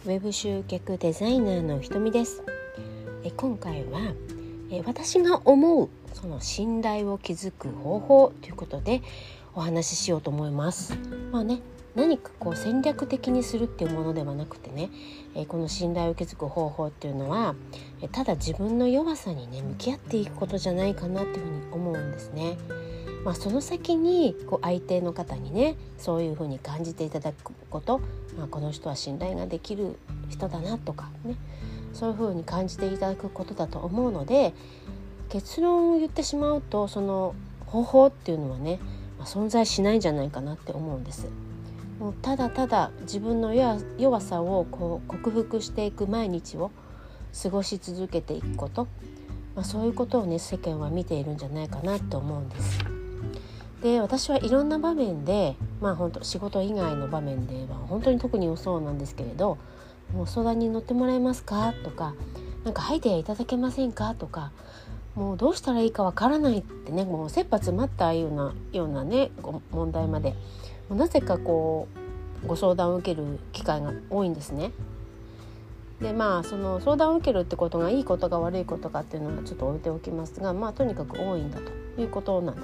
ウェブ集客デザイナーのひとみです。今回は私が思うその信頼を築く方法ということでお話ししようと思います。何か戦略的にするっていうものではなくてね、この信頼を築く方法っていうのはただ自分の弱さにね向き合っていくことじゃないかなっていうふうに思うんですね。その先に相手の方にねそういうふうに感じていただくこと、この人は信頼ができる人だなとかね、そういうふうに感じていただくことだと思うので、結論を言ってしまうとその方法っていうのはね、存在しないんじゃないかなって思うんです。もうただただ自分の弱さを克服していく毎日を過ごし続けていくこと、そういうことをね世間は見ているんじゃないかなと思うんです。で、私はいろんな場面で、本当仕事以外の場面では本当に特にそうなんですけれど、もう相談に乗ってもらえますかとか、なんかアイデアいただけませんかとか、もうどうしたらいいかわからないってね、もう切羽詰まったようなね問題までなぜかご相談を受ける機会が多いんですね。でその相談を受けるってことがいいことか悪いことかっていうのはちょっと置いておきますが、とにかく多いんだということなんです。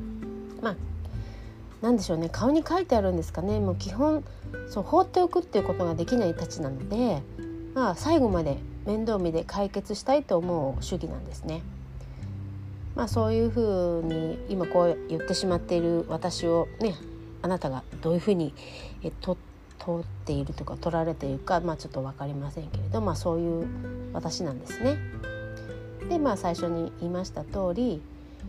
なんでしょうね、顔に書いてあるんですかね。もう基本放っておくっていうことができないたちなので、最後まで面倒見で解決したいと思う主義なんですね。そういうふうに今言ってしまっている私をね、あなたがどういうふうに通っているとか取られているか、ちょっと分かりませんけれど、そういう私なんですね。で最初に言いました通り、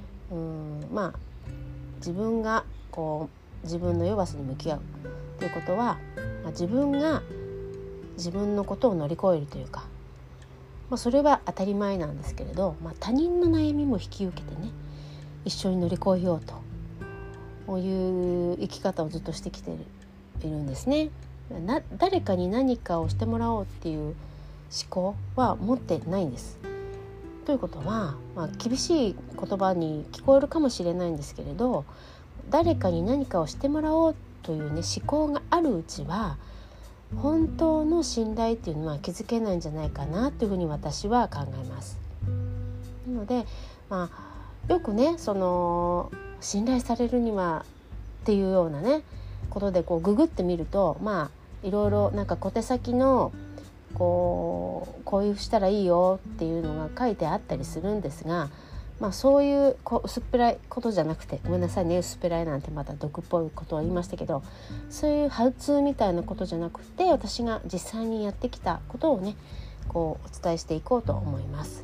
自分が自分の弱さに向き合うということは、自分が自分のことを乗り越えるというか、それは当たり前なんですけれど、他人の悩みも引き受けてね一緒に乗り越えようという生き方をずっとしてきているんですね。誰かに何かをしてもらおうっていう思考は持ってないんです。ということは、厳しい言葉に聞こえるかもしれないんですけれど、誰かに何かをしてもらおうというね思考があるうちは本当の信頼っていうのは築けないんじゃないかなというふうに私は考えます。なので、よくね信頼されるにはっていうようなねことでググってみると、いろいろ小手先のこういうしたらいいよっていうのが書いてあったりするんですが、そういう薄っぺらいことじゃなくて、ごめんなさいね、薄っぺらいなんてまた毒っぽいことを言いましたけど、そういうハウツーみたいなことじゃなくて、私が実際にやってきたことをねお伝えしていこうと思います。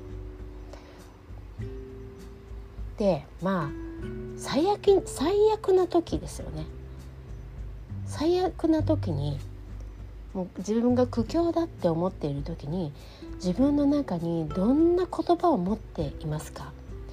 で最悪な時ですよね。最悪な時にもう自分が苦境だって思っている時に、自分の中にどんな言葉を持っていますか。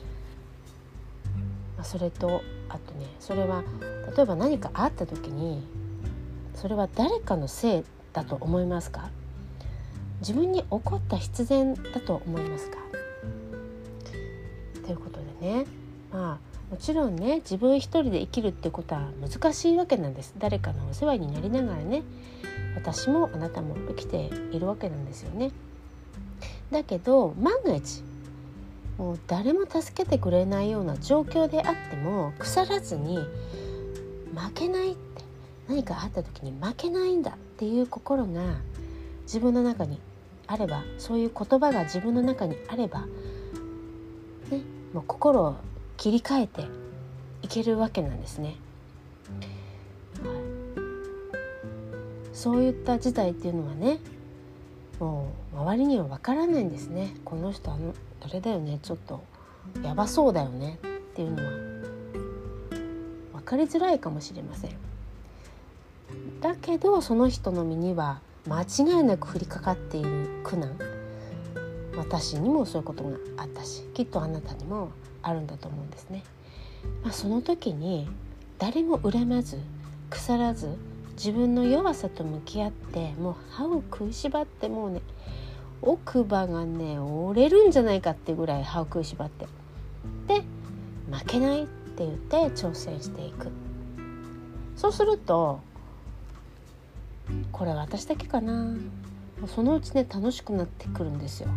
それとあとね、それは例えば何かあった時にそれは誰かのせいだと思いますか。自分に起こった必然だと思いますか。ということでね、もちろんね自分一人で生きるってことは難しいわけなんです。誰かのお世話になりながらね、私もあなたも生きているわけなんですよね。だけど万が一もう誰も助けてくれないような状況であっても腐らずに負けないって、何かあった時に負けないんだっていう心が自分の中にあれば、そういう言葉が自分の中にあれば、もう心を切り替えていけるわけなんですね。そういった事態っていうのはね、もう周りには分からないんですね。この人あれだよね、ちょっとやばそうだよねっていうのは分かりづらいかもしれません。だけどその人の身には間違いなく降りかかっている苦難、私にもそういうことがあったし、きっとあなたにもあるんだと思うんですね。その時に誰も恨まず腐らず自分の弱さと向き合って、もう歯を食いしばって、もうね奥歯がね折れるんじゃないかっていうぐらい歯を食いしばって、で負けないって言って挑戦していく。そうすると、これ私だけかな、 そのうちね楽しくなってくるんですよ、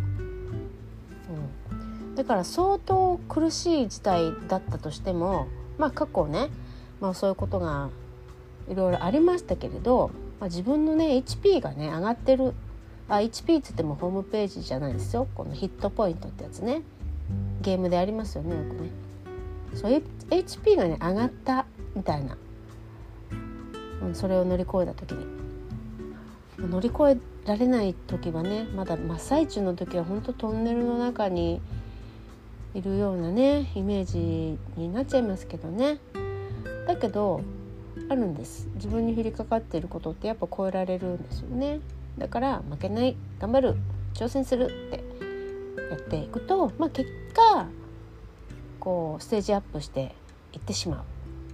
だから相当苦しい事態だったとしても、過去ね、そういうことがいろいろありましたけれど、自分のね HP がね上がってる、HP って言ってもホームページじゃないですよ、このヒットポイントってやつね、ゲームでありますよね、よくね。そういう HP がね上がったみたいな、それを乗り越えた時に、乗り越えられない時はね、まだ真っ最中の時は本当トンネルの中にいるようなねイメージになっちゃいますけどね。だけどあるんです、自分に降りかかっていることってやっぱ超えられるんですよね。だから負けない、頑張る、挑戦するってやっていくと、結果こうステージアップしていってしま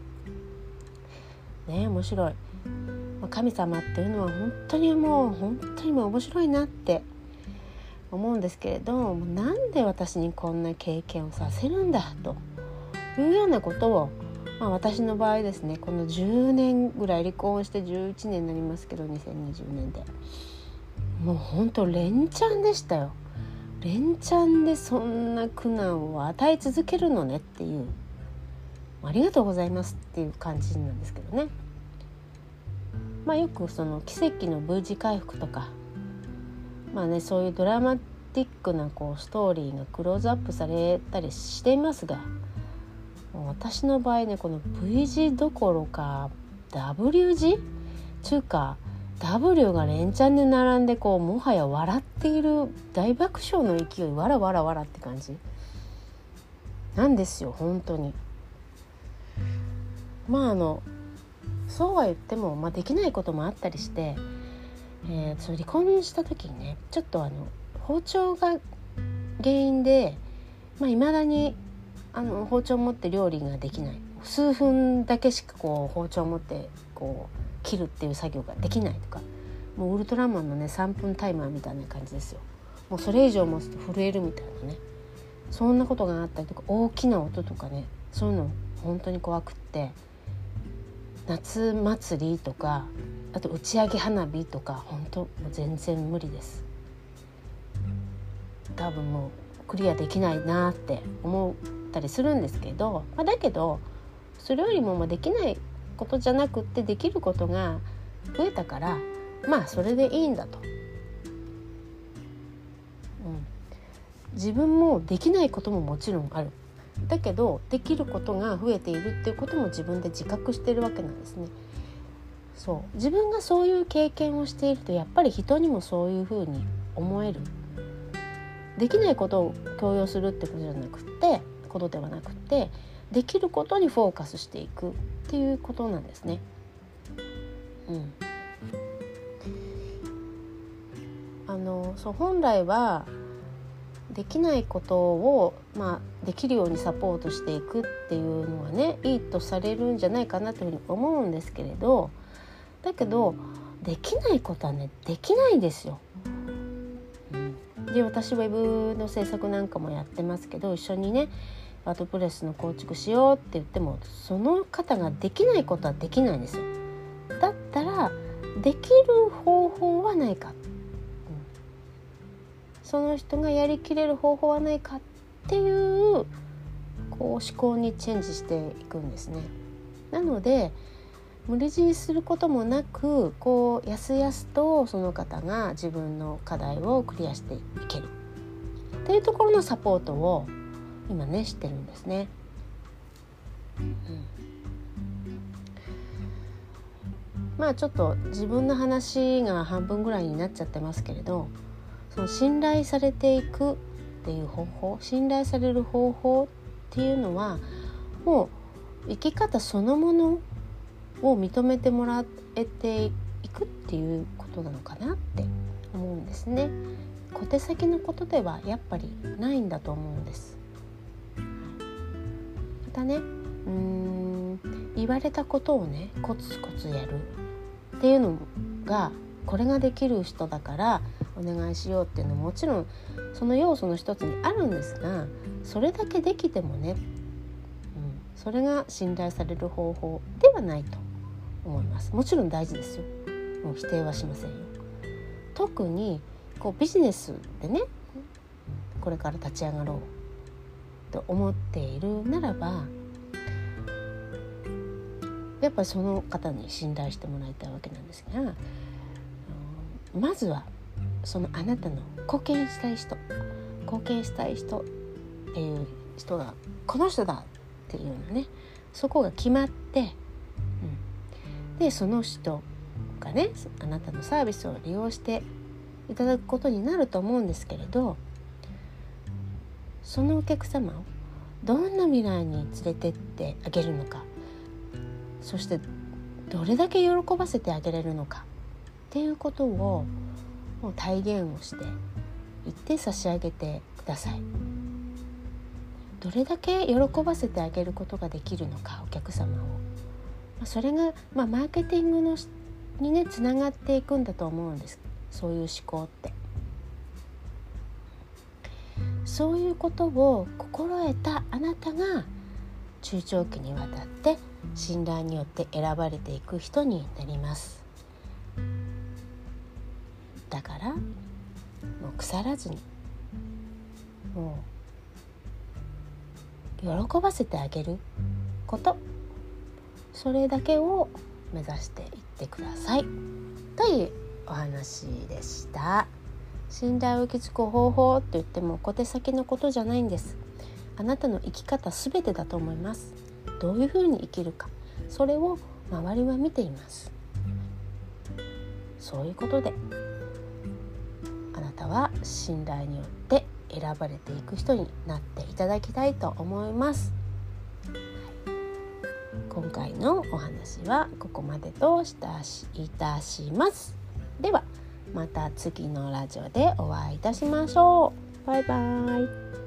うね。面白い、神様っていうのは本当にもう面白いなって思うんですけれど、なんで私にこんな経験をさせるんだというようなことを、私の場合ですね、この10年ぐらい、離婚して11年になりますけど、2020年でもう本当連チャンでしたよ。連チャンでそんな苦難を与え続けるのねっていう、ありがとうございますっていう感じなんですけどね。よくその奇跡の V 字回復とか、そういうドラマティックなストーリーがクローズアップされたりしていますが、私の場合ね、この V 字どころか W 字というか W が連チャンで並んでもはや笑っている大爆笑の勢い、わらわらわらって感じなんですよ本当に。そうは言っても、できないこともあったりして、その離婚した時にね、ちょっと包丁が原因で未だに包丁を持って料理ができない、数分だけしか包丁を持って切るっていう作業ができないとか、もうウルトラマンのね3分タイマーみたいな感じですよ。もうそれ以上持つと震えるみたいなね、そんなことがあったりとか、大きな音とかね、そういうの本当に怖くって、夏祭りとか、あと打ち上げ花火とか、本当もう全然無理です。多分もうクリアできないなって思ったりするんですけど、だけどそれよりもできないことじゃなくってできることが増えたから、それでいいんだと、自分もできないことももちろんある、だけどできることが増えているっていうことも自分で自覚してるわけなんですね。そう自分がそういう経験をしていると、やっぱり人にもそういうふうに思える。できないことを強要するってことではなくて、できることにフォーカスしていくっていうことなんですね。本来はできないことを、できるようにサポートしていくっていうのはね、いいとされるんじゃないかなというふうに思うんですけれど、だけどできないことはねできないんですよ。で、私ウェブの制作なんかもやってますけど、一緒にねワードプレスの構築しようって言っても、その方ができないことはできないんですよ。だったらできる方法はないか、その人がやりきれる方法はないかっていう思考にチェンジしていくんですね。なので無理強いすることもなく、やすやすとその方が自分の課題をクリアしていけるっていうところのサポートを今ねしてるんですね。ちょっと自分の話が半分ぐらいになっちゃってますけれど、その信頼されていくっていう方法、信頼される方法っていうのは、もう生き方そのものを認めてもらえていくっていうことなのかなって思うんですね。小手先のことではやっぱりないんだと思うんです。またね、言われたことをねコツコツやるっていうのが、これができる人だからお願いしようっていうのはもちろんその要素の一つにあるんですが、それだけできてもね、それが信頼される方法ではないと思います。もちろん大事ですよ、もう否定はしませんよ。 特にビジネスでねこれから立ち上がろうと思っているならば、やっぱりその方に信頼してもらいたいわけなんですが、まずはそのあなたの貢献したい人っていう人がこの人だっていうのね、そこが決まって、でその人がねあなたのサービスを利用していただくことになると思うんですけれど、そのお客様をどんな未来に連れてってあげるのか、そしてどれだけ喜ばせてあげれるのかっていうことをもう体現をしていって差し上げてください。どれだけ喜ばせてあげることができるのか、お客様を、それが、マーケティングにねつながっていくんだと思うんです。そういう思考ってそういうことを心得たあなたが中長期にわたって信頼によって選ばれていく人になります。だからもう腐らずに、もう喜ばせてあげること、それだけを目指していってくださいというお話でした。信頼を築く方法って言っても小手先のことじゃないんです。あなたの生き方すべてだと思います。どういうふうに生きるか、それを周りは見ています。そういうことであなたは信頼によって選ばれていく人になっていただきたいと思います。今回のお話はここまでといたします。ではまた次のラジオでお会いいたしましょう。バイバイ。